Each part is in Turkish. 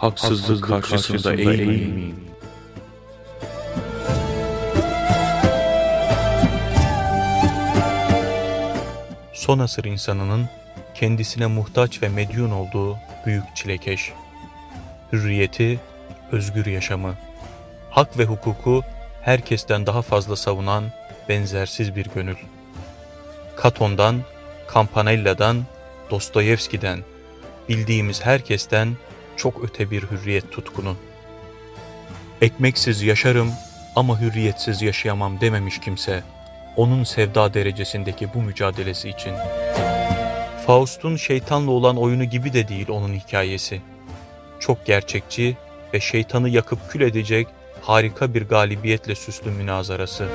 haksızlık karşısında eğilmeyin. Son asır insanının kendisine muhtaç ve medyun olduğu büyük çilekeş. Hürriyeti, özgür yaşamı, hak ve hukuku herkesten daha fazla savunan benzersiz bir gönül. Katon'dan, Campanella'dan, Dostoyevski'den, bildiğimiz herkesten çok öte bir hürriyet tutkunu. Ekmeksiz yaşarım ama hürriyetsiz yaşayamam dememiş kimse, onun sevda derecesindeki bu mücadelesi için. Faust'un şeytanla olan oyunu gibi de değil onun hikayesi. Çok gerçekçi ve şeytanı yakıp kül edecek harika bir galibiyetle süslü münazarası.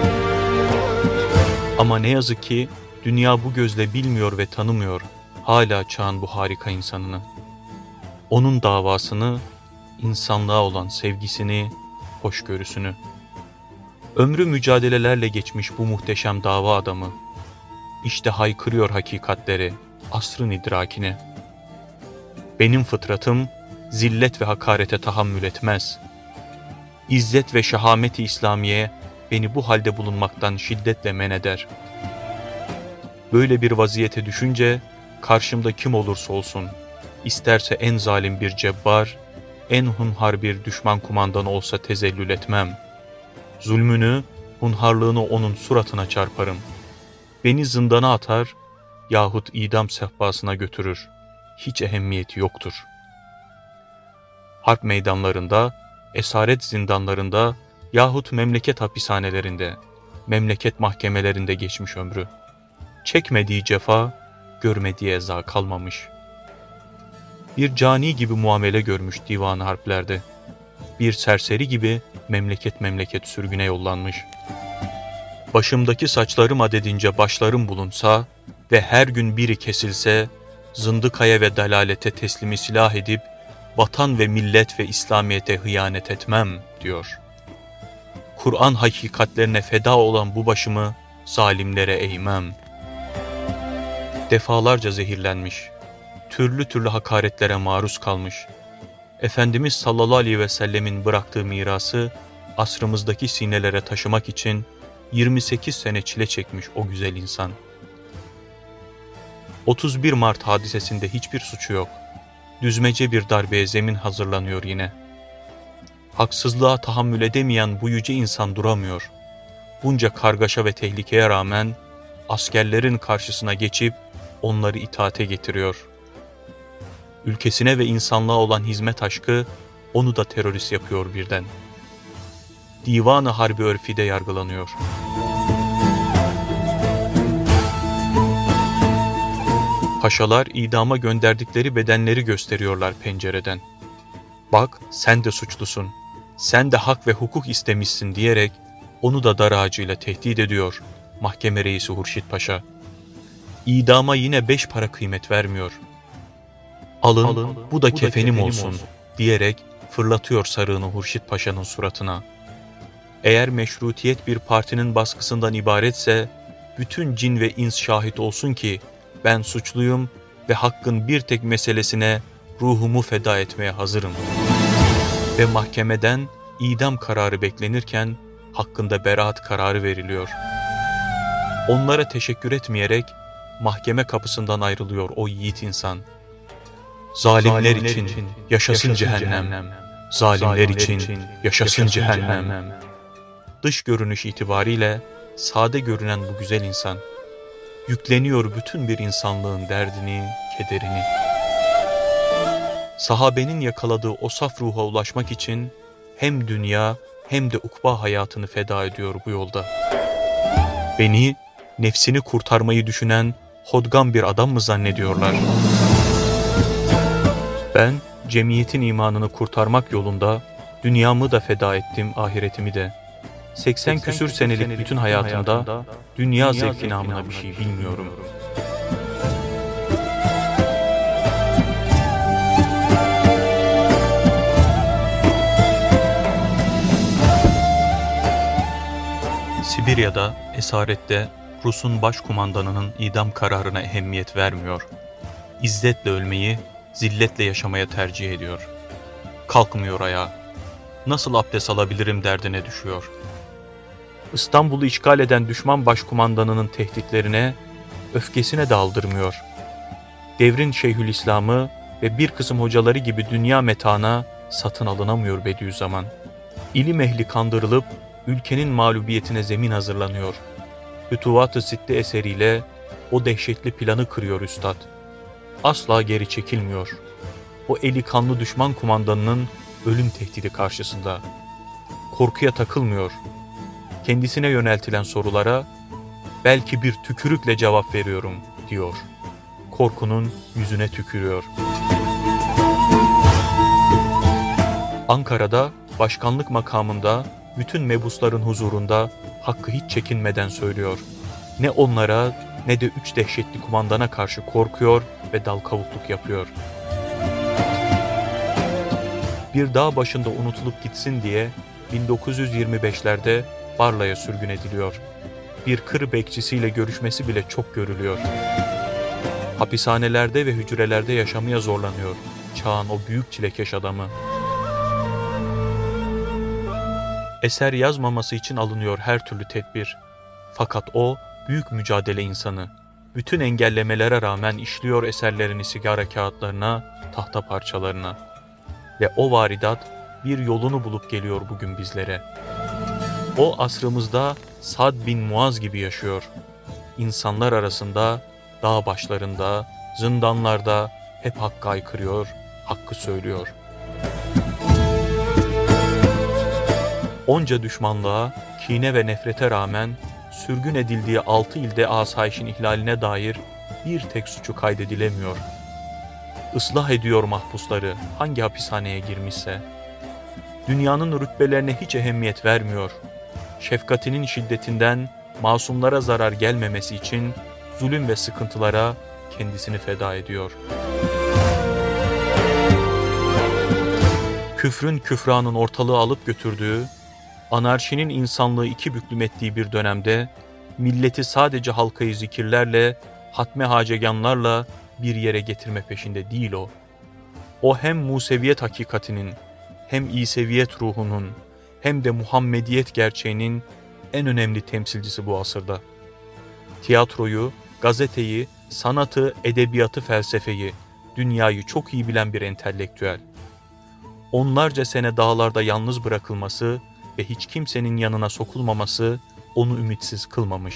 Ama ne yazık ki dünya bu gözle bilmiyor ve tanımıyor hala çağın bu harika insanını. Onun davasını, insanlığa olan sevgisini, hoşgörüsünü. Ömrü mücadelelerle geçmiş bu muhteşem dava adamı, işte haykırıyor hakikatleri, asrın idrakini. Benim fıtratım zillet ve hakarete tahammül etmez. İzzet ve şahameti İslamiye beni bu halde bulunmaktan şiddetle men eder. Böyle bir vaziyete düşünce karşımda kim olursa olsun, isterse en zalim bir cebbar, en hunhar bir düşman kumandanı olsa tezellül etmem. Zulmünü, hunharlığını onun suratına çarparım. Beni zindana atar yahut idam sehpasına götürür. Hiç ehemmiyeti yoktur. Harp meydanlarında, esaret zindanlarında yahut memleket hapishanelerinde, memleket mahkemelerinde geçmiş ömrü. Çekmediği cefa, görmediği eza kalmamış. Bir cani gibi muamele görmüş divan-ı harplerde. Bir serseri gibi memleket sürgüne yollanmış. Başımdaki saçlarım adedince başlarım bulunsa ve her gün biri kesilse, zındıkaya ve dalalete teslimi silah edip, vatan ve millet ve İslamiyet'e hıyanet etmem, diyor. Kur'an hakikatlerine feda olan bu başımı zalimlere eğmem. Defalarca zehirlenmiş, türlü hakaretlere maruz kalmış. Efendimiz sallallahu aleyhi ve sellemin bıraktığı mirası asrımızdaki sinelere taşımak için 28 sene çile çekmiş o güzel insan. 31 Mart hadisesinde hiçbir suçu yok. Düzmece bir darbeye zemin hazırlanıyor yine. Haksızlığa tahammül edemeyen bu yüce insan duramıyor. Bunca kargaşa ve tehlikeye rağmen askerlerin karşısına geçip onları itaate getiriyor. Ülkesine ve insanlığa olan hizmet aşkı onu da terörist yapıyor birden. Divan-ı Harbi Örfi'de yargılanıyor. Paşalar idama gönderdikleri bedenleri gösteriyorlar pencereden. Bak sen de suçlusun, sen de hak ve hukuk istemişsin diyerek onu da dar ağacıyla tehdit ediyor mahkeme reisi Hurşit Paşa. İdama yine 5 para kıymet vermiyor. Alın bu da kefenim olsun diyerek fırlatıyor sarığını Hurşit Paşa'nın suratına. Eğer meşrutiyet bir partinin baskısından ibaretse, bütün cin ve ins şahit olsun ki ben suçluyum ve hakkın bir tek meselesine ruhumu feda etmeye hazırım. Ve mahkemeden idam kararı beklenirken hakkında beraat kararı veriliyor. Onlara teşekkür etmeyerek mahkeme kapısından ayrılıyor o yiğit insan. Zalimler için yaşasın cehennem, zalimler için yaşasın cehennem. Dış görünüş itibariyle sade görünen bu güzel insan, yükleniyor bütün bir insanlığın derdini, kederini. Sahabenin yakaladığı o saf ruha ulaşmak için hem dünya hem de ukba hayatını feda ediyor bu yolda. Beni, nefsini kurtarmayı düşünen hodgam bir adam mı zannediyorlar? Ben, cemiyetin imanını kurtarmak yolunda dünyamı da feda ettim, ahiretimi de. 80 küsür senelik bütün hayatımda dünya zevki namına bir şey bilmiyorum. Sibirya'da, esarette Rus'un başkumandanının idam kararına ehemmiyet vermiyor. İzzetle ölmeyi, zilletle yaşamaya tercih ediyor. Kalkmıyor ayağa. Nasıl abdest alabilirim derdine düşüyor. İstanbul'u işgal eden düşman başkumandanının tehditlerine, öfkesine de aldırmıyor. Devrin Şeyhülislam'ı ve bir kısım hocaları gibi dünya metana satın alınamıyor Bediüzzaman. İlim ehli kandırılıp ülkenin mağlubiyetine zemin hazırlanıyor. Fütuvat-ı Sitte eseriyle o dehşetli planı kırıyor üstad. Asla geri çekilmiyor. O eli kanlı düşman kumandanının ölüm tehdidi karşısında. Korkuya takılmıyor. Kendisine yöneltilen sorulara belki bir tükürükle cevap veriyorum diyor. Korkunun yüzüne tükürüyor. Ankara'da başkanlık makamında bütün mebusların huzurunda hakkı hiç çekinmeden söylüyor. Ne onlara ne de üç dehşetli kumandana karşı korkuyor ve dal kavukluk yapıyor. Bir dağ başında unutulup gitsin diye 1925'lerde Barla'ya sürgün ediliyor. Bir kır bekçisiyle görüşmesi bile çok görülüyor. Hapishanelerde ve hücrelerde yaşamaya zorlanıyor çağın o büyük çilekeş adamı. Eser yazmaması için alınıyor her türlü tedbir. Fakat o büyük mücadele insanı. Bütün engellemelere rağmen işliyor eserlerini sigara kağıtlarına, tahta parçalarına. Ve o varidat bir yolunu bulup geliyor bugün bizlere. O asrımızda Sad bin Muaz gibi yaşıyor. İnsanlar arasında, dağ başlarında, zindanlarda hep hakkı aykırıyor, hakkı söylüyor. Onca düşmanlığa, kine ve nefrete rağmen sürgün edildiği 6 ilde asayişin ihlaline dair bir tek suçu kaydedilemiyor. Islah ediyor mahpusları hangi hapishaneye girmişse. Dünyanın rütbelerine hiç ehemmiyet vermiyor. Şefkatinin şiddetinden masumlara zarar gelmemesi için zulüm ve sıkıntılara kendisini feda ediyor. Küfrün küfranın ortalığı alıp götürdüğü, anarşinin insanlığı iki büklüm ettiği bir dönemde, milleti sadece halkayı zikirlerle, hatme haceganlarla bir yere getirme peşinde değil o. O hem Museviyet hakikatinin, hem İseviyet ruhunun, hem de Muhammediyet gerçeğinin en önemli temsilcisi bu asırda. Tiyatroyu, gazeteyi, sanatı, edebiyatı, felsefeyi, dünyayı çok iyi bilen bir entelektüel. Onlarca sene dağlarda yalnız bırakılması ve hiç kimsenin yanına sokulmaması onu ümitsiz kılmamış.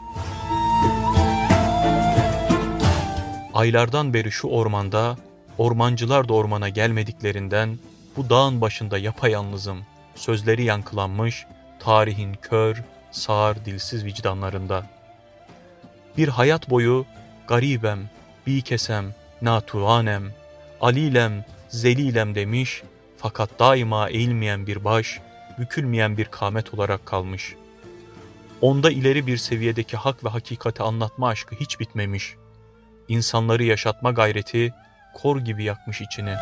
Aylardan beri şu ormanda, ormancılar da ormana gelmediklerinden bu dağın başında yapayalnızım sözleri yankılanmış tarihin kör, sağır, dilsiz vicdanlarında. Bir hayat boyu garibem, bikesem, natuanem, alilem, zelilem demiş fakat daima eğilmeyen bir baş, bükülmeyen bir kâmet olarak kalmış. Onda ileri bir seviyedeki hak ve hakikati anlatma aşkı hiç bitmemiş. İnsanları yaşatma gayreti kor gibi yakmış içini.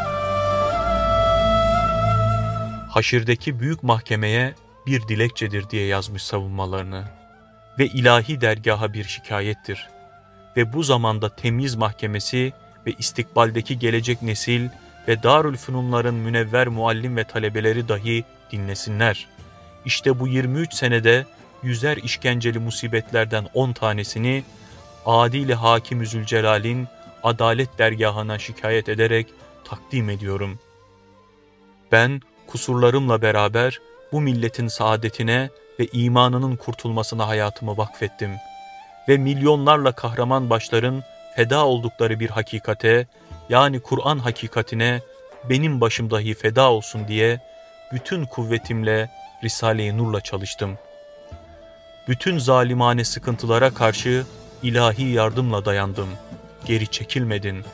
Haşirdeki büyük mahkemeye bir dilekçedir diye yazmış savunmalarını ve ilahi dergaha bir şikayettir. Ve bu zamanda temyiz mahkemesi ve istikbaldeki gelecek nesil ve Darülfünunların münevver muallim ve talebeleri dahi dinlesinler. İşte bu 23 senede yüzer işkenceli musibetlerden 10 tanesini adil-i Hakim-i Zülcelal'in adalet dergahına şikayet ederek takdim ediyorum. Ben kusurlarımla beraber bu milletin saadetine ve imanının kurtulmasına hayatımı vakfettim ve milyonlarla kahraman başların feda oldukları bir hakikate, yani Kur'an hakikatine benim başım dahi feda olsun diye bütün kuvvetimle Risale-i Nur'la çalıştım. Bütün zalimane sıkıntılara karşı ilahi yardımla dayandım. Geri çekilmedin.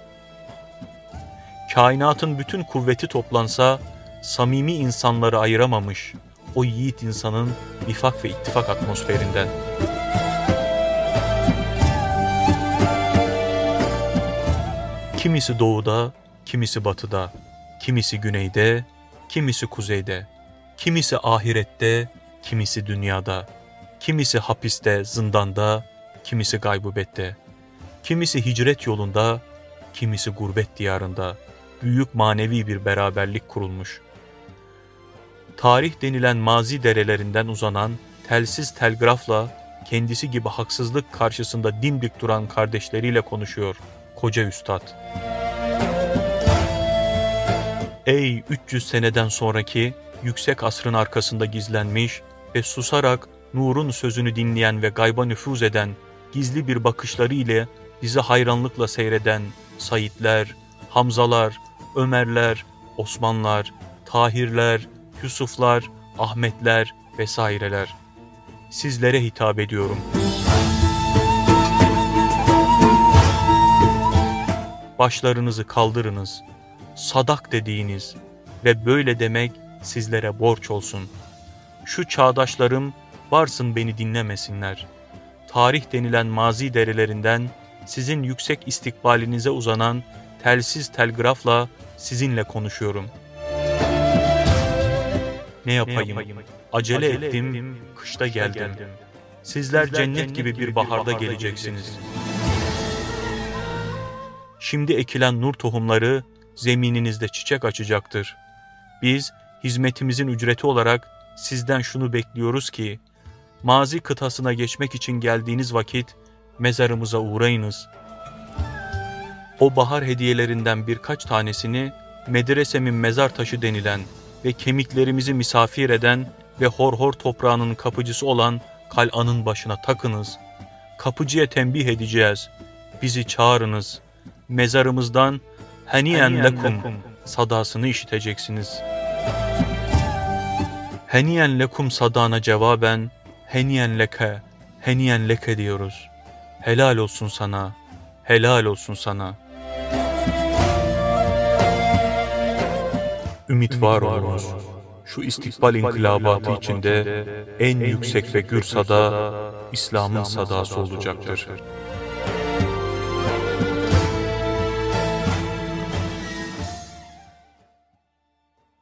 Kainatın bütün kuvveti toplansa, samimi insanları ayıramamış o yiğit insanın nifak ve ittifak atmosferinden. Kimisi doğuda, kimisi batıda, kimisi güneyde, kimisi kuzeyde, kimisi ahirette, kimisi dünyada, kimisi hapiste, zindanda, kimisi gaybubette, kimisi hicret yolunda, kimisi gurbet diyarında, büyük manevi bir beraberlik kurulmuş. Tarih denilen mazi derelerinden uzanan telsiz telgrafla kendisi gibi haksızlık karşısında dimdik duran kardeşleriyle konuşuyor koca üstad. Ey 300 seneden sonraki yüksek asrın arkasında gizlenmiş ve susarak nurun sözünü dinleyen ve gayba nüfuz eden, gizli bir bakışları ile bizi hayranlıkla seyreden Saidler, Hamzalar, Ömerler, Osmanlar, Tahirler, Yusuflar, Ahmetler vesaireler. Sizlere hitap ediyorum. Başlarınızı kaldırınız, sadak dediğiniz ve böyle demek sizlere borç olsun. Şu çağdaşlarım varsın beni dinlemesinler. Tarih denilen mazi derelerinden sizin yüksek istikbalinize uzanan telsiz telgrafla sizinle konuşuyorum. Ne yapayım? Acele ettim, kışta geldim. Sizler cennet gibi bir baharda geleceksiniz. Şimdi ekilen nur tohumları zemininizde çiçek açacaktır. Biz hizmetimizin ücreti olarak sizden şunu bekliyoruz ki, mazi kıtasına geçmek için geldiğiniz vakit mezarımıza uğrayınız. O bahar hediyelerinden birkaç tanesini medresemin mezar taşı denilen ve kemiklerimizi misafir eden ve horhor toprağının kapıcısı olan kal'anın başına takınız. Kapıcıya tembih edeceğiz. Bizi çağırınız. Mezarımızdan heniyen lekum sadasını işiteceksiniz. Heniyen lekum sadana cevaben heniyen leke diyoruz. Helal olsun sana, helal olsun sana. Ümit var olunuz. Şu istikbal inkılabatı içinde en yüksek ve gür sada İslam'ın sadası olacaktır.